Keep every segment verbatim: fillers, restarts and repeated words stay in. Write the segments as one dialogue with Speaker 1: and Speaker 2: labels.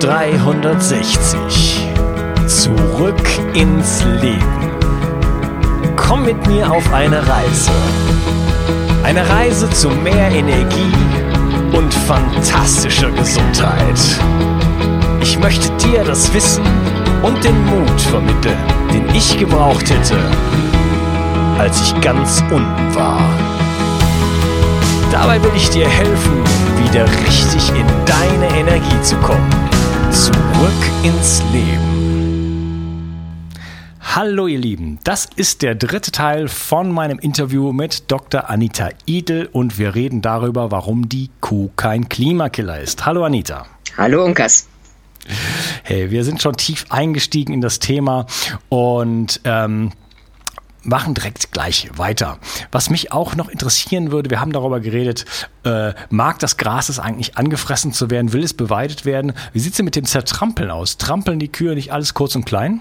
Speaker 1: dreihundertsechzig. Zurück ins Leben. Komm mit mir auf eine Reise. Eine Reise zu mehr Energie und fantastischer Gesundheit. Ich möchte dir das Wissen und den Mut vermitteln, den ich gebraucht hätte, als ich ganz unten war. Dabei will ich dir helfen, wieder richtig in deine Energie zu kommen. Zurück ins Leben. Hallo ihr Lieben, das ist der dritte Teil von meinem Interview mit Doktor Anita Idel und wir reden darüber, warum die Kuh kein Klimakiller ist. Hallo Anita.
Speaker 2: Hallo Unkas.
Speaker 1: Hey, wir sind schon tief eingestiegen in das Thema und ähm, machen direkt gleich weiter. Was mich auch noch interessieren würde, wir haben darüber geredet, äh, mag das Gras es eigentlich angefressen zu werden, will es beweidet werden? Wie sieht es denn mit dem Zertrampeln aus? Trampeln die Kühe nicht alles kurz und klein?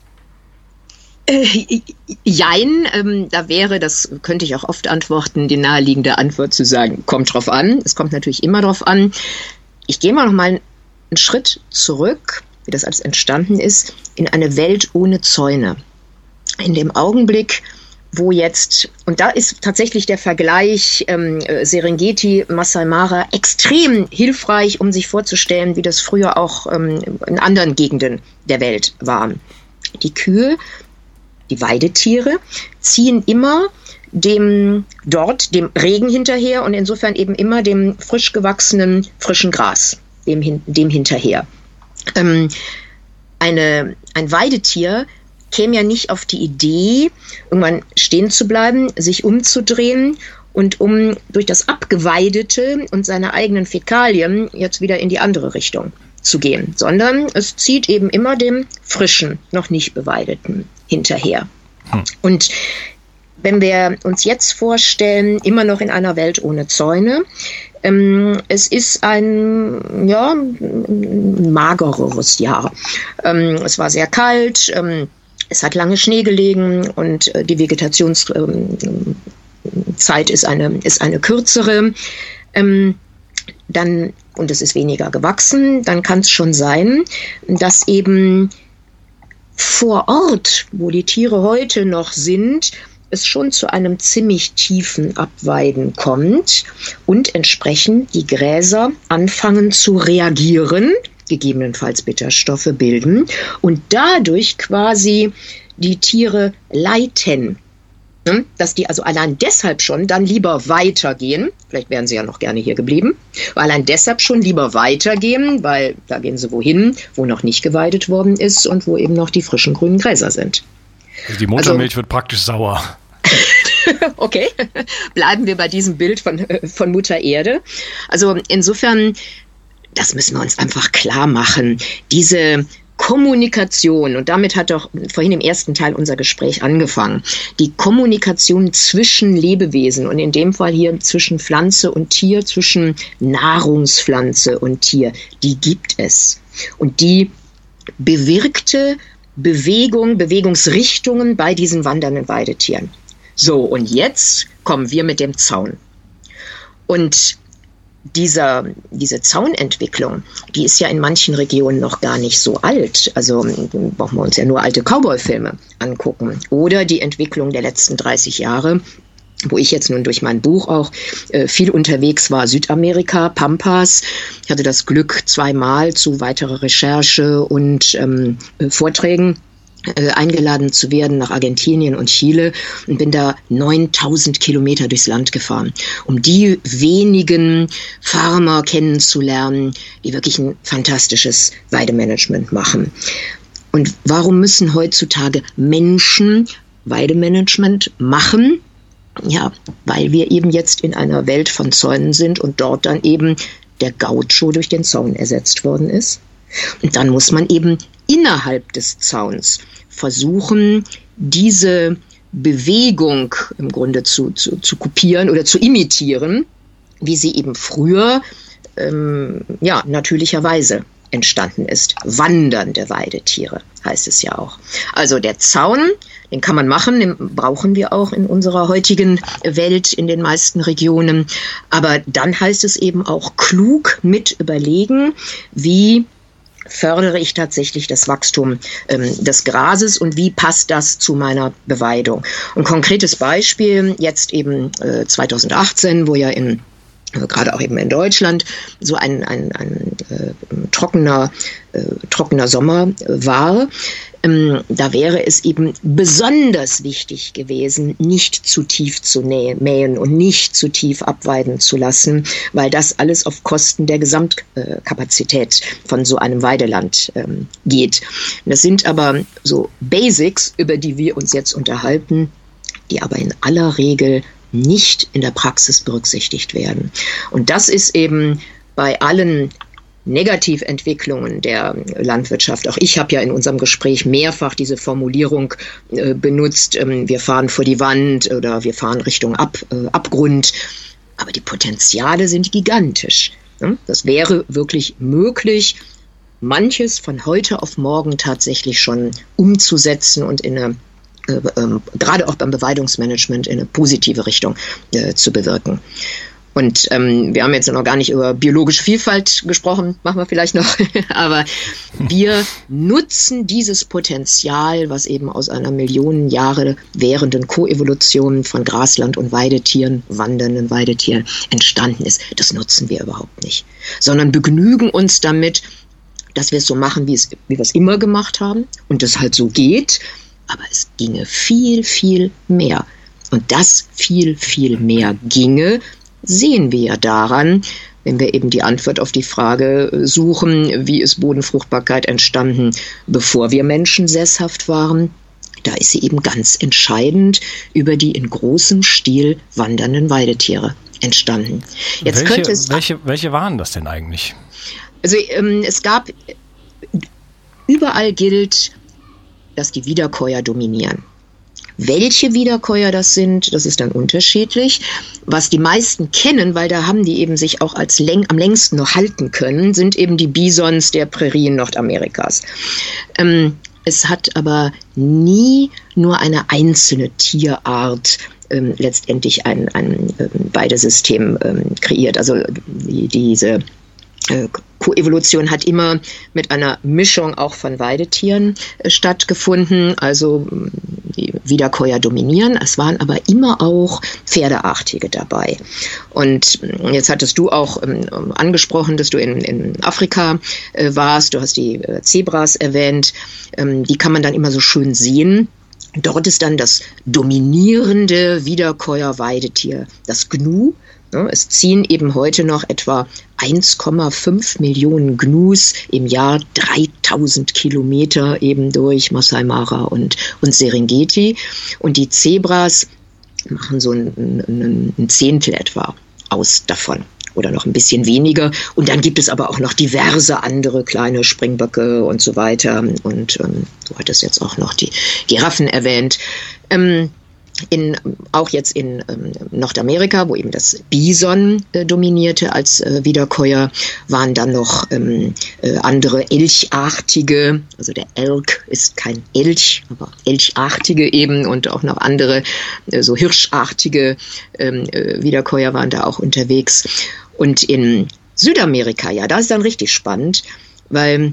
Speaker 2: Äh, jein, ähm, da wäre, das könnte ich auch oft antworten, die naheliegende Antwort zu sagen, kommt drauf an. Es kommt natürlich immer drauf an. Ich gehe mal noch mal einen Schritt zurück, wie das alles entstanden ist, in eine Welt ohne Zäune. In dem Augenblick, wo jetzt, und da ist tatsächlich der Vergleich ähm, Serengeti, Masai Mara extrem hilfreich, um sich vorzustellen, wie das früher auch ähm, in anderen Gegenden der Welt war. Die Kühe, die Weidetiere, ziehen immer dem dort, dem Regen hinterher und insofern eben immer dem frisch gewachsenen, frischen Gras, dem, hin, dem hinterher. Ähm, eine, ein Weidetier käme ja nicht auf die Idee, irgendwann stehen zu bleiben, sich umzudrehen und um durch das Abgeweidete und seine eigenen Fäkalien jetzt wieder in die andere Richtung zu gehen, sondern es zieht eben immer dem frischen, noch nicht beweideten hinterher. Hm. Und wenn wir uns jetzt vorstellen, immer noch in einer Welt ohne Zäune, ähm, es ist ein, ja, ein magereres Jahr. Ähm, es war sehr kalt, ähm, es hat lange Schnee gelegen und äh, die Vegetationszeit ähm, ist eine, ist eine kürzere. Ähm, dann, und es ist weniger gewachsen, dann kann es schon sein, dass eben vor Ort, wo die Tiere heute noch sind, es schon zu einem ziemlich tiefen Abweiden kommt und entsprechend die Gräser anfangen zu reagieren, gegebenenfalls Bitterstoffe bilden und dadurch quasi die Tiere leiten. Dass die also allein deshalb schon dann lieber weitergehen, vielleicht wären sie ja noch gerne hier geblieben, allein deshalb schon lieber weitergehen, weil da gehen sie wohin, wo noch nicht geweidet worden ist und wo eben noch die frischen grünen Gräser sind.
Speaker 1: Also die Muttermilch also, wird praktisch sauer.
Speaker 2: Okay, bleiben wir bei diesem Bild von, von Mutter Erde. Also insofern, das müssen wir uns einfach klar machen. Diese Kommunikation, und damit hat doch vorhin im ersten Teil unser Gespräch angefangen, die Kommunikation zwischen Lebewesen und in dem Fall hier zwischen Pflanze und Tier, zwischen Nahrungspflanze und Tier, die gibt es. Und die bewirkte Bewegung, Bewegungsrichtungen bei diesen wandernden Weidetieren. So, und jetzt kommen wir mit dem Zaun. Und Dieser, diese Zaunentwicklung, die ist ja in manchen Regionen noch gar nicht so alt. Also brauchen wir uns ja nur alte Cowboy-Filme angucken. Oder die Entwicklung der letzten dreißig Jahre, wo ich jetzt nun durch mein Buch auch äh, viel unterwegs war. Südamerika, Pampas. Ich hatte das Glück, zweimal zu weiterer Recherche und ähm, Vorträgen eingeladen zu werden nach Argentinien und Chile und bin da neuntausend Kilometer durchs Land gefahren, um die wenigen Farmer kennenzulernen, die wirklich ein fantastisches Weidemanagement machen. Und warum müssen heutzutage Menschen Weidemanagement machen? Ja, weil wir eben jetzt in einer Welt von Zäunen sind und dort dann eben der Gaucho durch den Zaun ersetzt worden ist. Und dann muss man eben innerhalb des Zauns versuchen, diese Bewegung im Grunde zu, zu, zu kopieren oder zu imitieren, wie sie eben früher ähm, ja, natürlicherweise entstanden ist. Wandernde Weidetiere heißt es ja auch. Also der Zaun, den kann man machen, den brauchen wir auch in unserer heutigen Welt in den meisten Regionen. Aber dann heißt es eben auch klug mit überlegen, wie fördere ich tatsächlich das Wachstum ähm, des Grases und wie passt das zu meiner Beweidung? Ein konkretes Beispiel, jetzt eben äh, zweitausendachtzehn, wo ja in äh, gerade auch eben in Deutschland so ein, ein, ein äh, trockener, äh, trockener Sommer äh, war. Ähm, da wäre es eben besonders wichtig gewesen, nicht zu tief zu mähen und nicht zu tief abweiden zu lassen, weil das alles auf Kosten der Gesamtkapazität von so einem Weideland ähm, geht. Das sind aber so Basics, über die wir uns jetzt unterhalten, die aber in aller Regel nicht in der Praxis berücksichtigt werden. Und das ist eben bei allen Negativentwicklungen der Landwirtschaft. Auch ich habe ja in unserem Gespräch mehrfach diese Formulierung äh, benutzt, ähm, wir fahren vor die Wand oder wir fahren Richtung Ab, äh, Abgrund. Aber die Potenziale sind gigantisch. Ne? Das wäre wirklich möglich, manches von heute auf morgen tatsächlich schon umzusetzen und in eine, äh, äh, gerade auch beim Beweidungsmanagement in eine positive Richtung äh, zu bewirken. Und ähm, wir haben jetzt noch gar nicht über biologische Vielfalt gesprochen, machen wir vielleicht noch, aber wir nutzen dieses Potenzial, was eben aus einer Millionen Jahre währenden Koevolution von Grasland und Weidetieren, wandernden Weidetieren entstanden ist. Das nutzen wir überhaupt nicht, sondern begnügen uns damit, dass wir es so machen, wie, es, wie wir es immer gemacht haben und das halt so geht, aber es ginge viel, viel mehr. Und das viel, viel mehr ginge, sehen wir ja daran, wenn wir eben die Antwort auf die Frage suchen, wie ist Bodenfruchtbarkeit entstanden, bevor wir Menschen sesshaft waren. Da ist sie eben ganz entscheidend über die in großem Stil wandernden Weidetiere entstanden. Jetzt
Speaker 3: welche,
Speaker 2: könnte es,
Speaker 3: welche, welche waren das denn eigentlich?
Speaker 2: Also ähm, es gab, überall gilt, dass die Wiederkäuer dominieren. Welche Wiederkäuer das sind, das ist dann unterschiedlich. Was die meisten kennen, weil da haben die eben sich auch als läng, am längsten noch halten können, sind eben die Bisons der Prärien Nordamerikas. Ähm, es hat aber nie nur eine einzelne Tierart ähm, letztendlich ein, ein ähm, Weidesystem ähm, kreiert. Also die, diese äh, Koevolution hat immer mit einer Mischung auch von Weidetieren äh, stattgefunden, also die Wiederkäuer dominieren. Es waren aber immer auch Pferdeartige dabei. Und jetzt hattest du auch ähm, angesprochen, dass du in, in Afrika äh, warst. Du hast die äh, Zebras erwähnt. Ähm, die kann man dann immer so schön sehen. Dort ist dann das dominierende Wiederkäuer-Weidetier, das Gnu. Es ziehen eben heute noch etwa eins Komma fünf Millionen Gnus im Jahr dreitausend Kilometer eben durch Masai Mara und, und Serengeti. Und die Zebras machen so ein, ein, ein Zehntel etwa aus davon. Oder noch ein bisschen weniger. Und dann gibt es aber auch noch diverse andere kleine Springböcke und so weiter. Und ähm, du hattest jetzt auch noch die Giraffen erwähnt. Ähm, In, auch jetzt in ähm, Nordamerika, wo eben das Bison äh, dominierte als äh, Wiederkäuer, waren dann noch ähm, äh, andere Elchartige, also der Elk ist kein Elch, aber Elchartige eben und auch noch andere äh, so Hirschartige ähm, äh, Wiederkäuer waren da auch unterwegs. Und in Südamerika, ja, da ist dann richtig spannend, weil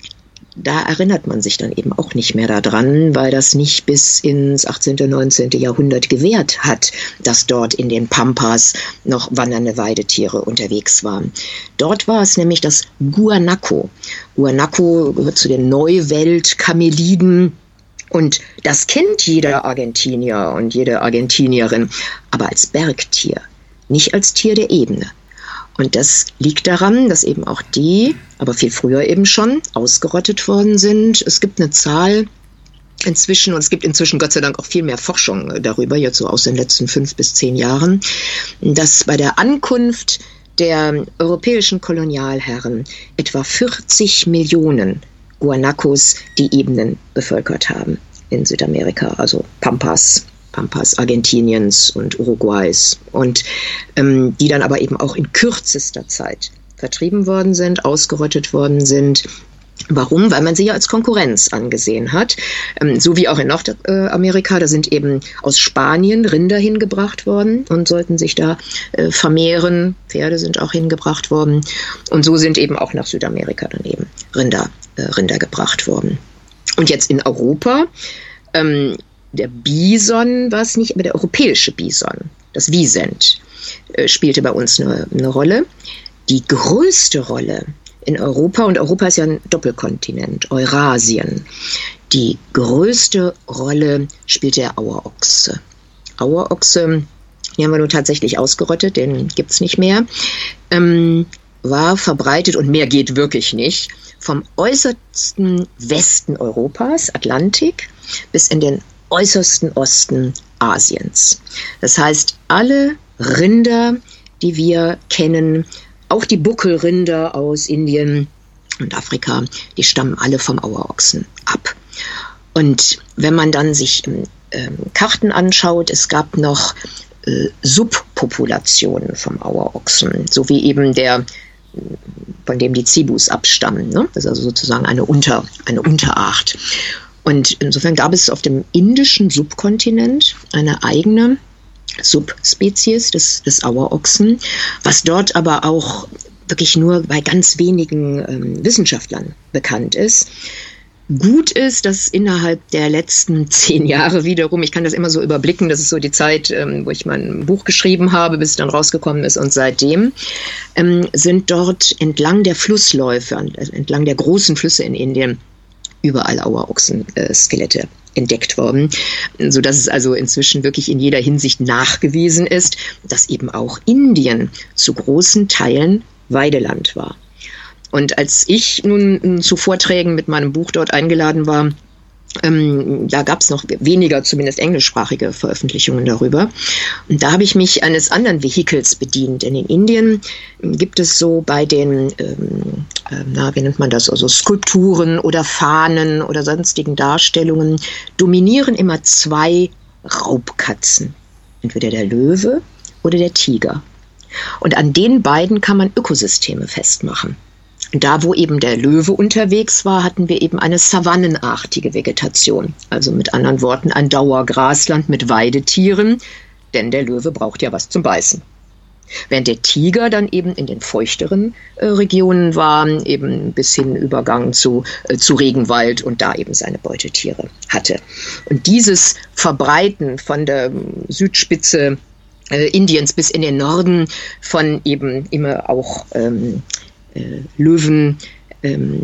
Speaker 2: da erinnert man sich dann eben auch nicht mehr daran, weil das nicht bis ins achtzehnten, neunzehnten Jahrhundert gewährt hat, dass dort in den Pampas noch wandernde Weidetiere unterwegs waren. Dort war es nämlich das Guanaco. Guanaco gehört zu den Neuwelt-Kameliden. Und das kennt jeder Argentinier und jede Argentinierin, aber als Bergtier, nicht als Tier der Ebene. Und das liegt daran, dass eben auch die, aber viel früher eben schon, ausgerottet worden sind. Es gibt eine Zahl inzwischen, und es gibt inzwischen Gott sei Dank auch viel mehr Forschung darüber, jetzt so aus den letzten fünf bis zehn Jahren, dass bei der Ankunft der europäischen Kolonialherren etwa vierzig Millionen Guanacos die Ebenen bevölkert haben in Südamerika, also Pampas. Pampas Argentiniens und Uruguays und ähm, die dann aber eben auch in kürzester Zeit vertrieben worden sind, ausgerottet worden sind. Warum? Weil man sie ja als Konkurrenz angesehen hat. So wie auch in Nordamerika, da sind eben aus Spanien Rinder hingebracht worden und sollten sich da vermehren. Pferde sind auch hingebracht worden. Und so sind eben auch nach Südamerika dann eben Rinder, Rinder gebracht worden. Und jetzt in Europa, der Bison war es nicht, aber der europäische Bison, das Wisent, spielte bei uns eine, eine Rolle. Die größte Rolle in Europa, und Europa ist ja ein Doppelkontinent, Eurasien, die größte Rolle spielt der Auerochse. Auerochse, den haben wir nun tatsächlich ausgerottet, den gibt es nicht mehr, ähm, war verbreitet, und mehr geht wirklich nicht, vom äußersten Westen Europas, Atlantik, bis in den äußersten Osten Asiens. Das heißt, alle Rinder, die wir kennen, auch die Buckelrinder aus Indien und Afrika, die stammen alle vom Auerochsen ab. Und wenn man dann sich ähm, Karten anschaut, es gab noch äh, Subpopulationen vom Auerochsen, so wie eben der, von dem die Zebus abstammen. Ne? Das ist also sozusagen eine, Unter, eine Unterart. Und insofern gab es auf dem indischen Subkontinent eine eigene Subspezies des, des Auerochsen, was dort aber auch wirklich nur bei ganz wenigen ähm, Wissenschaftlern bekannt ist. Gut ist, dass innerhalb der letzten zehn Jahre wiederum, ich kann das immer so überblicken, das ist so die Zeit, ähm, wo ich mein Buch geschrieben habe, bis es dann rausgekommen ist, und seitdem ähm, sind dort entlang der Flussläufe, also entlang der großen Flüsse in Indien, überall Auerochsen-Skelette äh, entdeckt worden, sodass es also inzwischen wirklich in jeder Hinsicht nachgewiesen ist, dass eben auch Indien zu großen Teilen Weideland war. Und als ich nun zu Vorträgen mit meinem Buch dort eingeladen war, ähm, da gab es noch weniger, zumindest englischsprachige Veröffentlichungen darüber. Und da habe ich mich eines anderen Vehikels bedient. Denn in Indien gibt es so bei den, ähm, äh, na, wie nennt man das, also Skulpturen oder Fahnen oder sonstigen Darstellungen, dominieren immer zwei Raubkatzen. Entweder der Löwe oder der Tiger. Und an den beiden kann man Ökosysteme festmachen. Da, wo eben der Löwe unterwegs war, hatten wir eben eine savannenartige Vegetation. Also mit anderen Worten ein Dauergrasland mit Weidetieren, denn der Löwe braucht ja was zum Beißen. Während der Tiger dann eben in den feuchteren äh, Regionen war, eben bis hin Übergang zu, äh, zu Regenwald und da eben seine Beutetiere hatte. Und dieses Verbreiten von der Südspitze äh, Indiens bis in den Norden von eben immer auch ähm, Löwen ähm,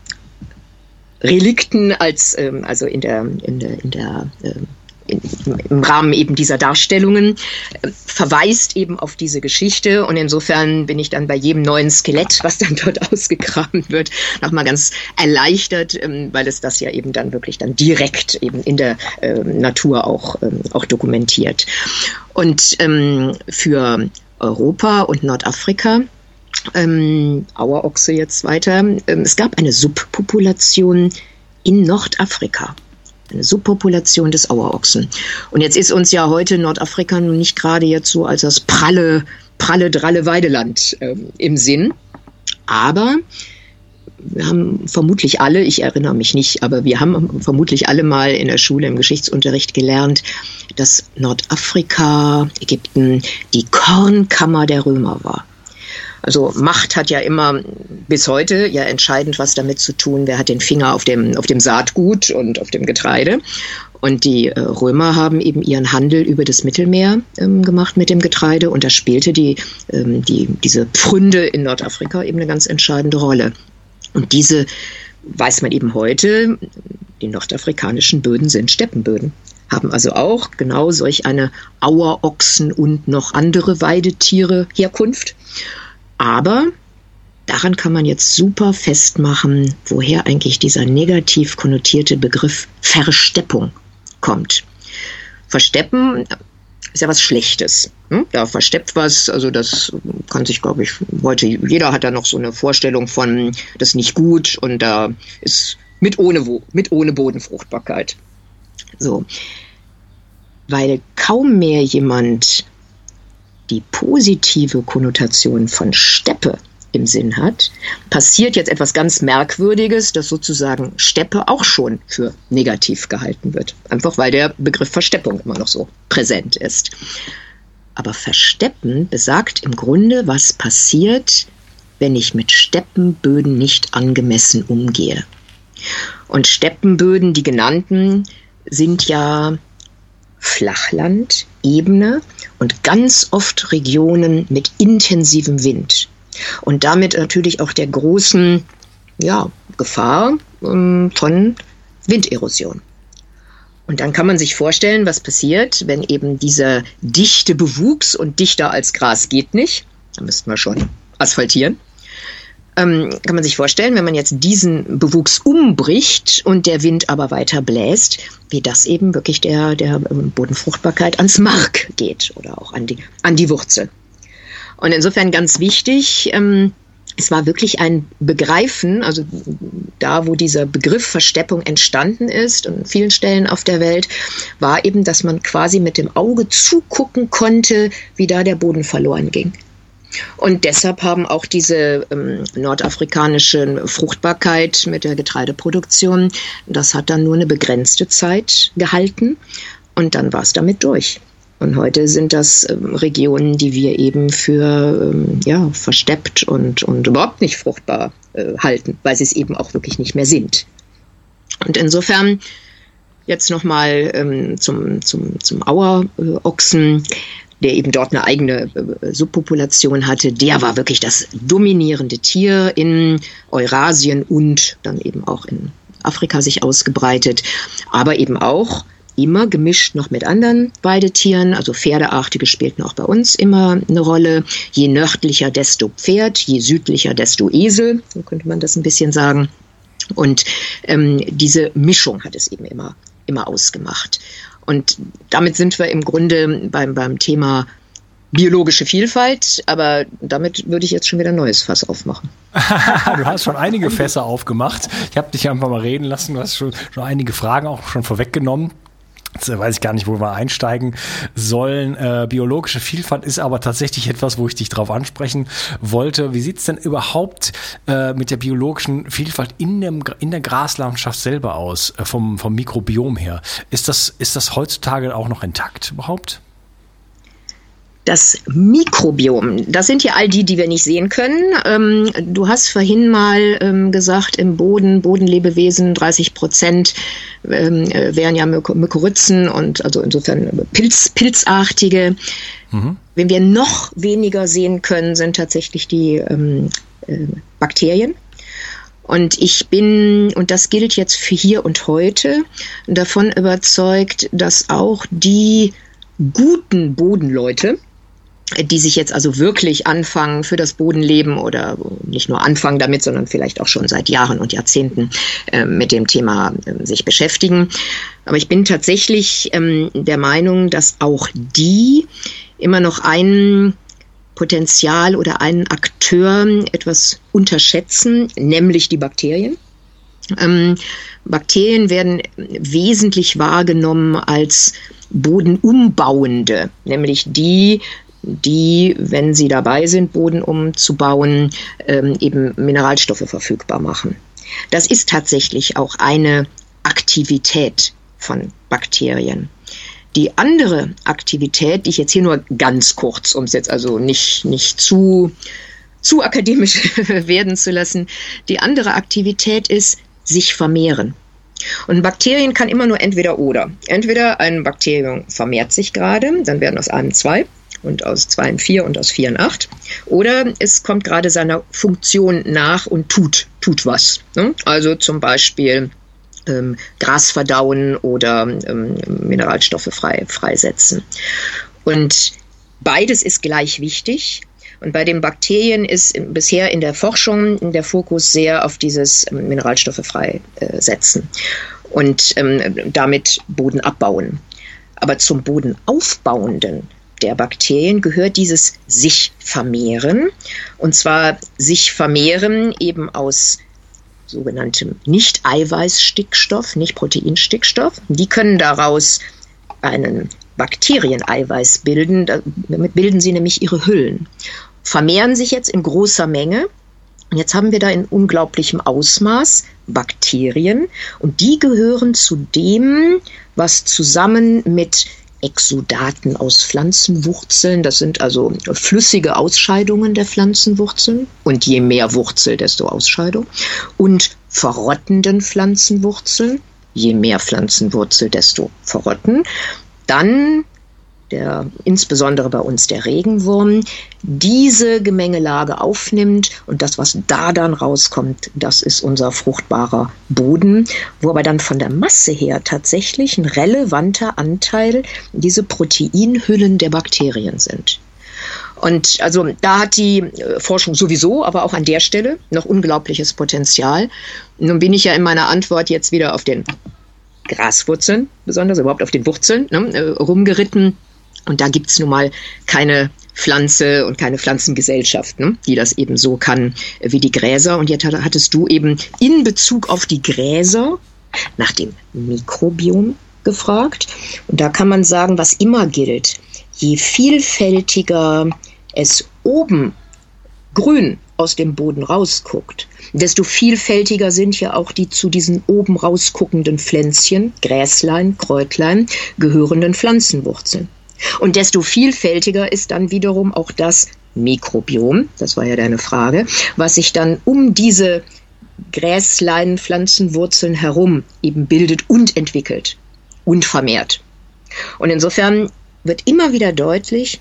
Speaker 2: Relikten als ähm, also in der in der in der ähm, in, im Rahmen eben dieser Darstellungen äh, verweist eben auf diese Geschichte, und insofern bin ich dann bei jedem neuen Skelett, was dann dort ausgegraben wird, nochmal ganz erleichtert, ähm, weil es das ja eben dann wirklich dann direkt eben in der äh, Natur auch ähm, auch dokumentiert. Und ähm, für Europa und Nordafrika, Ähm, Auerochse jetzt weiter. Ähm, es gab eine Subpopulation in Nordafrika. Eine Subpopulation des Auerochsen. Und jetzt ist uns ja heute Nordafrika nun nicht gerade jetzt so als das pralle, pralle, dralle Weideland ähm, im Sinn. Aber wir haben vermutlich alle, ich erinnere mich nicht, aber wir haben vermutlich alle mal in der Schule im Geschichtsunterricht gelernt, dass Nordafrika, Ägypten, die Kornkammer der Römer war. Also Macht hat ja immer bis heute ja entscheidend was damit zu tun, wer hat den Finger auf dem, auf dem Saatgut und auf dem Getreide. Und die äh, Römer haben eben ihren Handel über das Mittelmeer ähm, gemacht mit dem Getreide, und da spielte die, ähm, die, diese Pfründe in Nordafrika eben eine ganz entscheidende Rolle. Und diese weiß man eben heute, die nordafrikanischen Böden sind Steppenböden, haben also auch genau solch eine Auerochsen und noch andere Weidetiere Herkunft. Aber daran kann man jetzt super festmachen, woher eigentlich dieser negativ konnotierte Begriff Versteppung kommt. Versteppen ist ja was Schlechtes. Da versteppt was, also das kann sich, glaube ich, heute, jeder hat da noch so eine Vorstellung von, das ist nicht gut, und da ist mit ohne, mit ohne Bodenfruchtbarkeit. So. Weil kaum mehr jemand die positive Konnotation von Steppe im Sinn hat, passiert jetzt etwas ganz Merkwürdiges, dass sozusagen Steppe auch schon für negativ gehalten wird. Einfach weil der Begriff Versteppung immer noch so präsent ist. Aber Versteppen besagt im Grunde, was passiert, wenn ich mit Steppenböden nicht angemessen umgehe. Und Steppenböden, die genannten, sind ja Flachland, Ebene und ganz oft Regionen mit intensivem Wind. Und damit natürlich auch der großen ja, Gefahr ähm, von Winderosion. Und dann kann man sich vorstellen, was passiert, wenn eben dieser dichte Bewuchs, und dichter als Gras geht nicht, da müssten wir schon asphaltieren, ähm, kann man sich vorstellen, wenn man jetzt diesen Bewuchs umbricht und der Wind aber weiter bläst, wie das eben wirklich der, der Bodenfruchtbarkeit ans Mark geht oder auch an die, an die Wurzel. Und insofern ganz wichtig, ähm, es war wirklich ein Begreifen, also da, wo dieser Begriff Versteppung entstanden ist und an vielen Stellen auf der Welt, war eben, dass man quasi mit dem Auge zugucken konnte, wie da der Boden verloren ging. Und deshalb haben auch diese ähm, nordafrikanische Fruchtbarkeit mit der Getreideproduktion, das hat dann nur eine begrenzte Zeit gehalten und dann war es damit durch. Und heute sind das ähm, Regionen, die wir eben für ähm, ja, versteppt und, und überhaupt nicht fruchtbar äh, halten, weil sie es eben auch wirklich nicht mehr sind. Und insofern jetzt nochmal ähm, zum, zum, zum Auerochsen, der eben dort eine eigene äh, Subpopulation hatte. Der war wirklich das dominierende Tier in Eurasien und dann eben auch in Afrika sich ausgebreitet, aber eben auch immer gemischt noch mit anderen Weidetieren, also Pferdeartige spielten auch bei uns immer eine Rolle. Je nördlicher, desto Pferd, je südlicher, desto Esel, so könnte man das ein bisschen sagen. Und ähm, diese Mischung hat es eben immer, immer ausgemacht. Und damit sind wir im Grunde beim, beim Thema biologische Vielfalt, aber damit würde ich jetzt schon wieder ein neues Fass aufmachen.
Speaker 3: Du hast schon einige Fässer aufgemacht. Ich habe dich einfach mal reden lassen, du hast schon, schon einige Fragen auch schon vorweggenommen. Jetzt weiß ich gar nicht, wo wir einsteigen sollen. Äh, biologische Vielfalt ist aber tatsächlich etwas, wo ich dich drauf ansprechen wollte. Wie sieht's denn überhaupt äh, mit der biologischen Vielfalt in, dem, in der Graslandschaft selber aus, äh, vom, vom Mikrobiom her? Ist das, ist das heutzutage auch noch intakt überhaupt?
Speaker 2: Das Mikrobiom, das sind ja all die, die wir nicht sehen können. Ähm, du hast vorhin mal ähm, gesagt, im Boden, Bodenlebewesen, dreißig Prozent ähm, wären ja Mykorrhizen und also insofern Pilz, Pilzartige. Mhm. Wenn wir noch weniger sehen können, sind tatsächlich die ähm, äh, Bakterien. Und ich bin, und das gilt jetzt für hier und heute, davon überzeugt, dass auch die guten Bodenleute, die sich jetzt also wirklich anfangen für das Bodenleben oder nicht nur anfangen damit, sondern vielleicht auch schon seit Jahren und Jahrzehnten äh, mit dem Thema äh, sich beschäftigen. Aber ich bin tatsächlich ähm, der Meinung, dass auch die immer noch ein Potenzial oder einen Akteur etwas unterschätzen, nämlich die Bakterien. Ähm, Bakterien werden wesentlich wahrgenommen als bodenumbauende, nämlich die, die, wenn sie dabei sind, Boden umzubauen, ähm, eben Mineralstoffe verfügbar machen. Das ist tatsächlich auch eine Aktivität von Bakterien. Die andere Aktivität, die ich jetzt hier nur ganz kurz, um es jetzt also nicht, nicht zu, zu akademisch werden zu lassen, die andere Aktivität ist, sich vermehren. Und ein Bakterien kann immer nur entweder oder. Entweder ein Bakterium vermehrt sich gerade, dann werden aus einem zwei und aus zwei ein vier und aus vier ein acht. Oder es kommt gerade seiner Funktion nach und tut, tut was. Ne? Also zum Beispiel ähm, Gras verdauen oder ähm, Mineralstoffe frei, freisetzen. Und beides ist gleich wichtig. Und bei den Bakterien ist bisher in der Forschung der Fokus sehr auf dieses ähm, Mineralstoffe freisetzen und ähm, damit Boden abbauen. Aber zum Bodenaufbauenden der Bakterien gehört dieses sich vermehren. Und zwar sich vermehren eben aus sogenanntem Nicht-Eiweiß-Stickstoff, nicht Proteinstickstoff. Die können daraus einen Bakterieneiweiß bilden. Damit bilden sie nämlich ihre Hüllen. Vermehren sich jetzt in großer Menge Und jetzt haben wir da in unglaublichem Ausmaß Bakterien und die gehören zu dem, was zusammen mit Exudaten aus Pflanzenwurzeln, das sind also flüssige Ausscheidungen der Pflanzenwurzeln und je mehr Wurzel, desto Ausscheidung, und verrottenden Pflanzenwurzeln, je mehr Pflanzenwurzel, desto verrotten, dann der, insbesondere bei uns der Regenwurm, diese Gemengelage aufnimmt und das, was da dann rauskommt, das ist unser fruchtbarer Boden, wo aber dann von der Masse her tatsächlich ein relevanter Anteil diese Proteinhüllen der Bakterien sind. Und also da hat die Forschung sowieso, aber auch an der Stelle noch unglaubliches Potenzial. Nun bin ich ja in meiner Antwort jetzt wieder auf den Graswurzeln, besonders überhaupt auf den Wurzeln, ne, rumgeritten. Und da gibt's nun mal keine Pflanze und keine Pflanzengesellschaft, ne, die das eben so kann wie die Gräser. Und jetzt hattest du eben in Bezug auf die Gräser nach dem Mikrobiom gefragt. Und da kann man sagen, was immer gilt, je vielfältiger es oben grün aus dem Boden rausguckt, desto vielfältiger sind ja auch die zu diesen oben rausguckenden Pflänzchen, Gräslein, Kräutlein, gehörenden Pflanzenwurzeln. Und desto vielfältiger ist dann wiederum auch das Mikrobiom, das war ja deine Frage, was sich dann um diese Gräslein, Pflanzenwurzeln herum eben bildet und entwickelt und vermehrt. Und insofern wird immer wieder deutlich,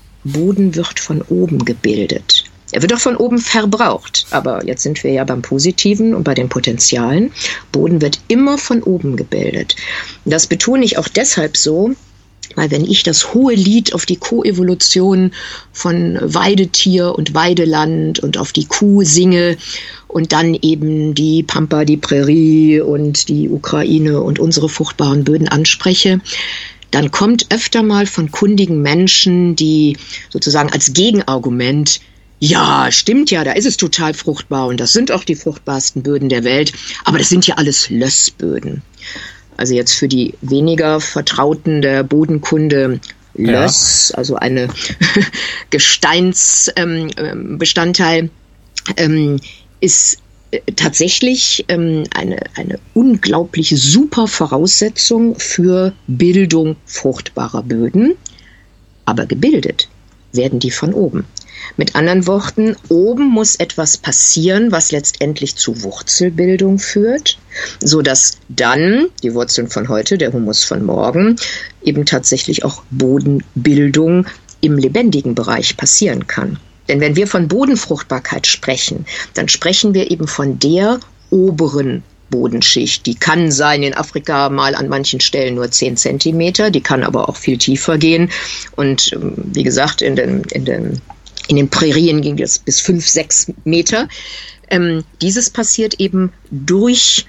Speaker 2: Boden wird von oben gebildet. Er wird auch von oben verbraucht, aber jetzt sind wir ja beim Positiven und bei den Potenzialen. Boden wird immer von oben gebildet. Das betone ich auch deshalb so, weil wenn ich das hohe Lied auf die Koevolution von Weidetier und Weideland und auf die Kuh singe und dann eben die Pampa, die Prärie und die Ukraine und unsere fruchtbaren Böden anspreche, dann kommt öfter mal von kundigen Menschen, die sozusagen als Gegenargument, ja, stimmt ja, da ist es total fruchtbar und das sind auch die fruchtbarsten Böden der Welt, aber das sind ja alles Lössböden. Also jetzt für die weniger Vertrauten der Bodenkunde, Löss, ja. Also eine Gesteinsbestandteil, ähm, ähm, ist äh, tatsächlich ähm, eine, eine unglaublich super Voraussetzung für Bildung fruchtbarer Böden, aber gebildet werden die von oben. Mit anderen Worten, oben muss etwas passieren, was letztendlich zu Wurzelbildung führt, so dass dann die Wurzeln von heute, der Humus von morgen, eben tatsächlich auch Bodenbildung im lebendigen Bereich passieren kann. Denn wenn wir von Bodenfruchtbarkeit sprechen, dann sprechen wir eben von der oberen Bodenschicht. Die kann sein in Afrika mal an manchen Stellen nur zehn Zentimeter, die kann aber auch viel tiefer gehen. Und wie gesagt, in den, in den In den Prärien ging das bis fünf, sechs Meter. Ähm, dieses passiert eben durch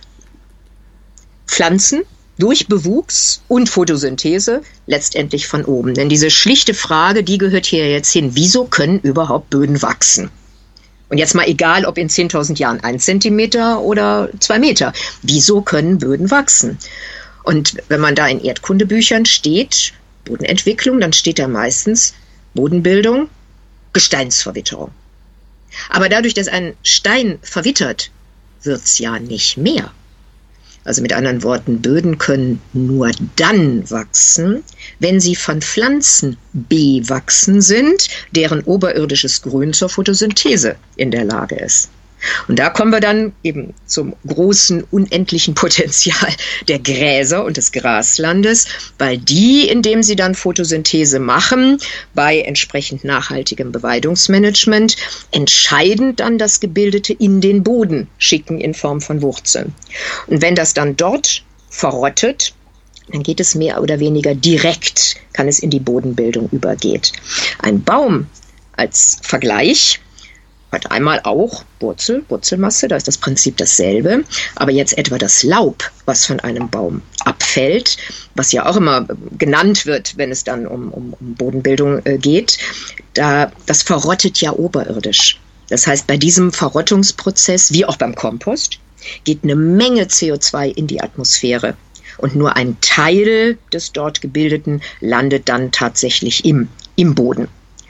Speaker 2: Pflanzen, durch Bewuchs und Photosynthese, letztendlich von oben. Denn diese schlichte Frage, die gehört hier jetzt hin. Wieso können überhaupt Böden wachsen? Und jetzt mal egal, ob in zehntausend Jahren ein Zentimeter oder zwei Meter. Wieso können Böden wachsen? Und wenn man da in Erdkundebüchern steht, Bodenentwicklung, dann steht da meistens Bodenbildung, Gesteinsverwitterung. Aber dadurch, dass ein Stein verwittert, wird's ja nicht mehr. Also mit anderen Worten, Böden können nur dann wachsen, wenn sie von Pflanzen bewachsen sind, deren oberirdisches Grün zur Photosynthese in der Lage ist. Und da kommen wir dann eben zum großen, unendlichen Potenzial der Gräser und des Graslandes, weil die, indem sie dann Photosynthese machen, bei entsprechend nachhaltigem Beweidungsmanagement, entscheidend dann das Gebildete in den Boden schicken in Form von Wurzeln. Und wenn das dann dort verrottet, dann geht es mehr oder weniger direkt, kann es in die Bodenbildung übergeht. Ein Baum als Vergleich hat einmal auch Wurzel, Wurzelmasse, da ist das Prinzip dasselbe. Aber jetzt etwa das Laub, was von einem Baum abfällt, was ja auch immer genannt wird, wenn es dann um, um, um Bodenbildung äh, geht, da, das verrottet ja oberirdisch. Das heißt, bei diesem Verrottungsprozess, wie auch beim Kompost, geht eine Menge C O zwei in die Atmosphäre. Und nur ein Teil des dort Gebildeten landet dann tatsächlich im, im Boden.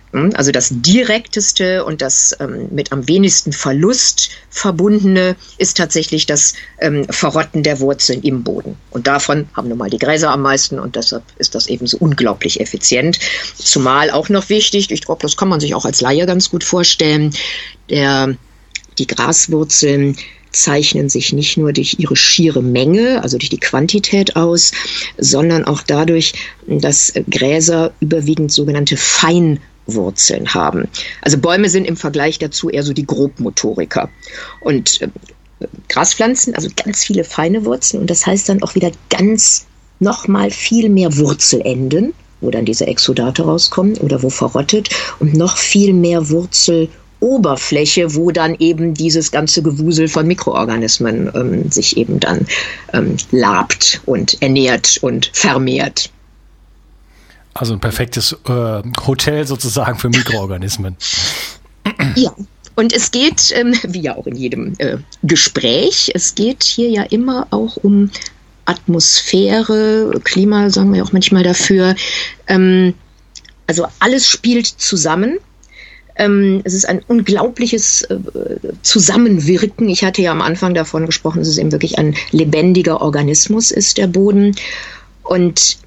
Speaker 2: Also das direkteste und das ähm, mit am wenigsten Verlust verbundene ist tatsächlich das ähm, Verrotten der Wurzeln im Boden. Und davon haben nun mal die Gräser am meisten und deshalb ist das eben so unglaublich effizient. Zumal auch noch wichtig, ich glaube, das kann man sich auch als Laie ganz gut vorstellen, der, die Graswurzeln zeichnen sich nicht nur durch ihre schiere Menge, also durch die Quantität aus, sondern auch dadurch, dass Gräser überwiegend sogenannte Feinwurzeln haben. Also Bäume sind im Vergleich dazu eher so die Grobmotoriker. Und äh, Graspflanzen, also ganz viele feine Wurzeln und das heißt dann auch wieder ganz nochmal viel mehr Wurzelenden, wo dann diese Exudate rauskommen oder wo verrottet und noch viel mehr Wurzel Oberfläche, wo dann eben dieses ganze Gewusel von Mikroorganismen ähm, sich eben dann ähm, labt und ernährt und vermehrt.
Speaker 3: Also ein perfektes äh, Hotel sozusagen für Mikroorganismen.
Speaker 2: Ja, und es geht, ähm, wie ja auch in jedem äh, Gespräch, es geht hier ja immer auch um Atmosphäre, Klima, sagen wir auch manchmal dafür. Ähm, also alles spielt zusammen. Es ist ein unglaubliches äh, Zusammenwirken. Ich hatte ja am Anfang davon gesprochen, dass es eben wirklich ein lebendiger Organismus ist, der Boden. Und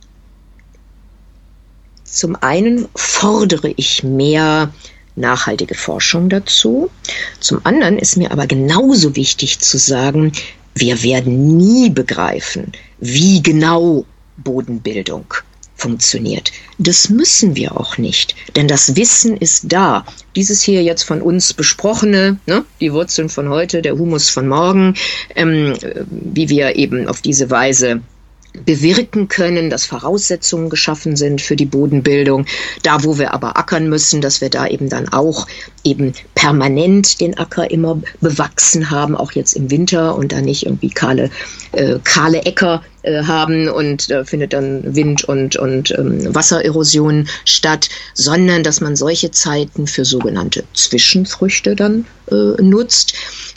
Speaker 2: zum einen fordere ich mehr nachhaltige Forschung dazu. Zum anderen ist mir aber genauso wichtig zu sagen, wir werden nie begreifen, wie genau Bodenbildung funktioniert. Das müssen wir auch nicht, denn das Wissen ist da. Dieses hier jetzt von uns besprochene, ne, die Wurzeln von heute, der Humus von morgen, ähm, wie wir eben auf diese Weise bewirken können, dass Voraussetzungen geschaffen sind für die Bodenbildung. Da, wo wir aber ackern müssen, dass wir da eben dann auch eben permanent den Acker immer bewachsen haben, auch jetzt im Winter und da nicht irgendwie kahle, äh, kahle Äcker äh, haben und da findet dann Wind und, und ähm, Wassererosion statt, sondern dass man solche Zeiten für sogenannte Zwischenfrüchte dann äh, nutzt,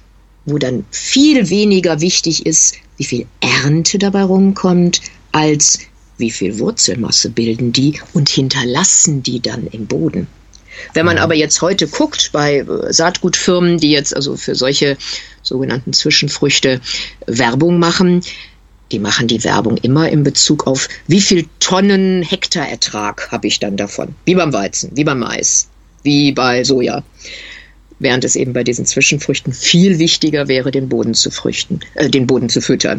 Speaker 2: wo dann viel weniger wichtig ist, wie viel Ernte dabei rumkommt, als wie viel Wurzelmasse bilden die und hinterlassen die dann im Boden. Wenn man aber jetzt heute guckt bei Saatgutfirmen, die jetzt also für solche sogenannten Zwischenfrüchte Werbung machen, die machen die Werbung immer in Bezug auf, wie viel Tonnen Hektarertrag habe ich dann davon. Wie beim Weizen, wie beim Mais, wie bei Soja. Während es eben bei diesen Zwischenfrüchten viel wichtiger wäre, den Boden zu früchten, äh, den Boden zu füttern.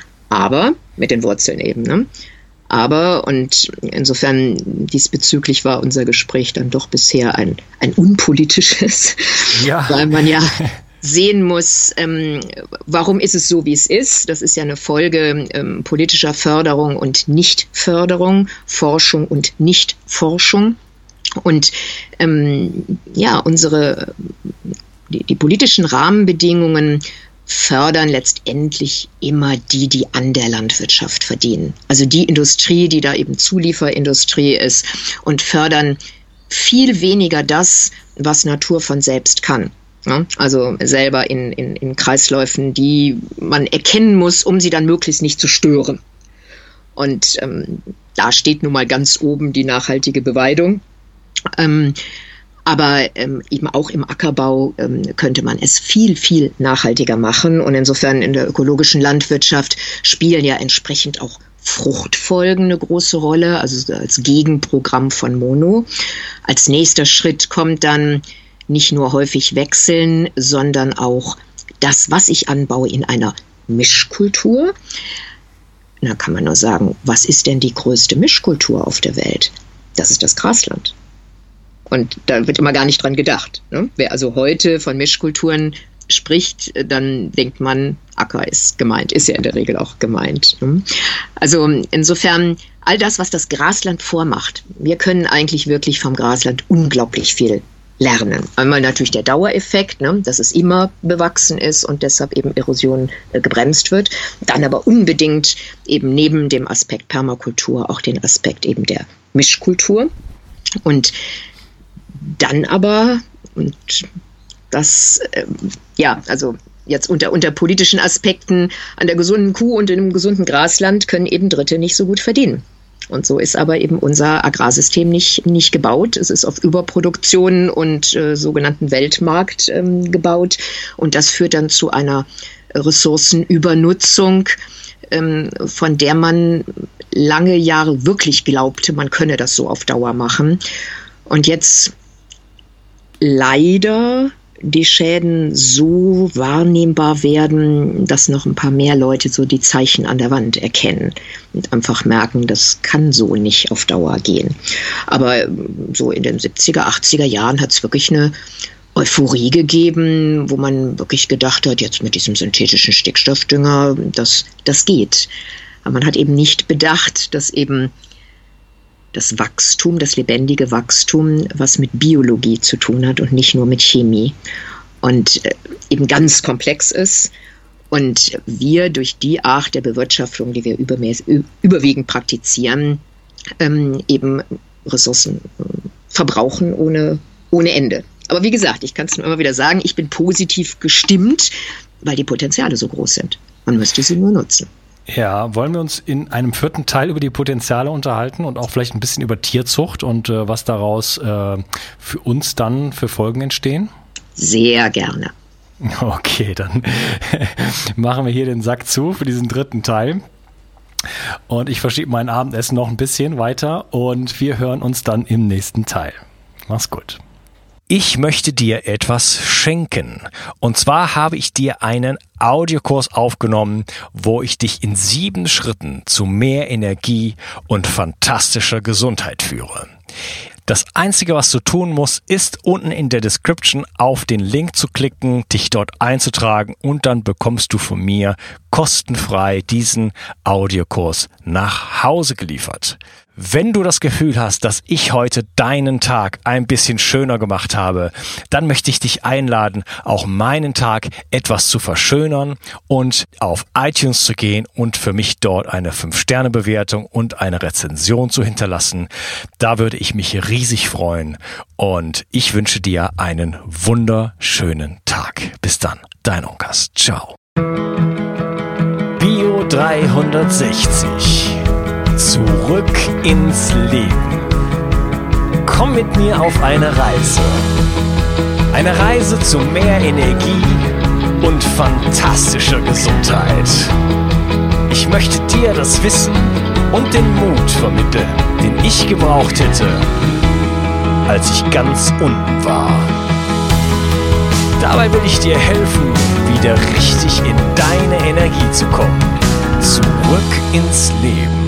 Speaker 2: Aber mit den Wurzeln eben, ne? Aber, und insofern diesbezüglich war unser Gespräch dann doch bisher ein, ein unpolitisches, ja. Weil man ja sehen muss, ähm, warum ist es so, wie es ist. Das ist ja eine Folge ähm, politischer Förderung und Nichtförderung, Forschung und Nichtforschung. Und ähm, ja, unsere die, die politischen Rahmenbedingungen fördern letztendlich immer die, die an der Landwirtschaft verdienen. Also die Industrie, die da eben Zulieferindustrie ist und fördern viel weniger das, was Natur von selbst kann. Ja, also selber in, in, in Kreisläufen, die man erkennen muss, um sie dann möglichst nicht zu stören. Und ähm, da steht nun mal ganz oben die nachhaltige Beweidung. Ähm, aber ähm, eben auch im Ackerbau ähm, könnte man es viel, viel nachhaltiger machen. Und insofern in der ökologischen Landwirtschaft spielen ja entsprechend auch Fruchtfolgen eine große Rolle, also als Gegenprogramm von Mono. Als nächster Schritt kommt dann nicht nur häufig wechseln, sondern auch das, was ich anbaue, in einer Mischkultur. Da kann man nur sagen, was ist denn die größte Mischkultur auf der Welt? Das ist das Grasland. Und da wird immer gar nicht dran gedacht. Ne? Wer also heute von Mischkulturen spricht, dann denkt man, Acker ist gemeint, ist ja in der Regel auch gemeint. Ne? Also insofern, all das, was das Grasland vormacht, wir können eigentlich wirklich vom Grasland unglaublich viel lernen. Einmal natürlich der Dauereffekt, ne, dass es immer bewachsen ist und deshalb eben Erosion äh, gebremst wird. Dann aber unbedingt eben neben dem Aspekt Permakultur auch den Aspekt eben der Mischkultur. Und dann aber, und das, äh, ja, also jetzt unter, unter politischen Aspekten, an der gesunden Kuh und in einem gesunden Grasland können eben Dritte nicht so gut verdienen. Und so ist aber eben unser Agrarsystem nicht, nicht gebaut. Es ist auf Überproduktion und äh, sogenannten Weltmarkt ähm, gebaut. Und das führt dann zu einer Ressourcenübernutzung, ähm, von der man lange Jahre wirklich glaubte, man könne das so auf Dauer machen. Und jetzt leider die Schäden so wahrnehmbar werden, dass noch ein paar mehr Leute so die Zeichen an der Wand erkennen und einfach merken, das kann so nicht auf Dauer gehen. Aber so in den siebziger, achtziger Jahren hat es wirklich eine Euphorie gegeben, wo man wirklich gedacht hat, jetzt mit diesem synthetischen Stickstoffdünger, das, das geht. Aber man hat eben nicht bedacht, dass eben das Wachstum, das lebendige Wachstum, was mit Biologie zu tun hat und nicht nur mit Chemie und eben ganz komplex ist und wir durch die Art der Bewirtschaftung, die wir übermäß- überwiegend praktizieren, ähm, eben Ressourcen verbrauchen ohne, ohne Ende. Aber wie gesagt, ich kann es nur immer wieder sagen, ich bin positiv gestimmt, weil die Potenziale so groß sind. Man müsste sie nur nutzen.
Speaker 3: Ja, wollen wir uns in einem vierten Teil über die Potenziale unterhalten und auch vielleicht ein bisschen über Tierzucht und äh, was daraus äh, für uns dann für Folgen entstehen?
Speaker 2: Sehr gerne.
Speaker 3: Okay, dann machen wir hier den Sack zu für diesen dritten Teil. Und ich verschiebe mein Abendessen noch ein bisschen weiter und wir hören uns dann im nächsten Teil. Mach's gut.
Speaker 1: Ich möchte dir etwas schenken. Und zwar habe ich dir einen Audiokurs aufgenommen, wo ich dich in sieben Schritten zu mehr Energie und fantastischer Gesundheit führe. Das Einzige, was du tun musst, ist unten in der Description auf den Link zu klicken, dich dort einzutragen und dann bekommst du von mir kostenfrei diesen Audiokurs nach Hause geliefert. Wenn du das Gefühl hast, dass ich heute deinen Tag ein bisschen schöner gemacht habe, dann möchte ich dich einladen, auch meinen Tag etwas zu verschönern und auf iTunes zu gehen und für mich dort eine fünf Sterne Bewertung und eine Rezension zu hinterlassen. Da würde ich mich riesig freuen und ich wünsche dir einen wunderschönen Tag. Bis dann, dein Onkas. Ciao. Bio dreihundertsechzig. Zurück ins Leben. Komm mit mir auf eine Reise. Eine Reise zu mehr Energie und fantastischer Gesundheit. Ich möchte dir das Wissen und den Mut vermitteln, den ich gebraucht hätte, als ich ganz unten war. Dabei will ich dir helfen, wieder richtig in deine Energie zu kommen. Zurück ins Leben.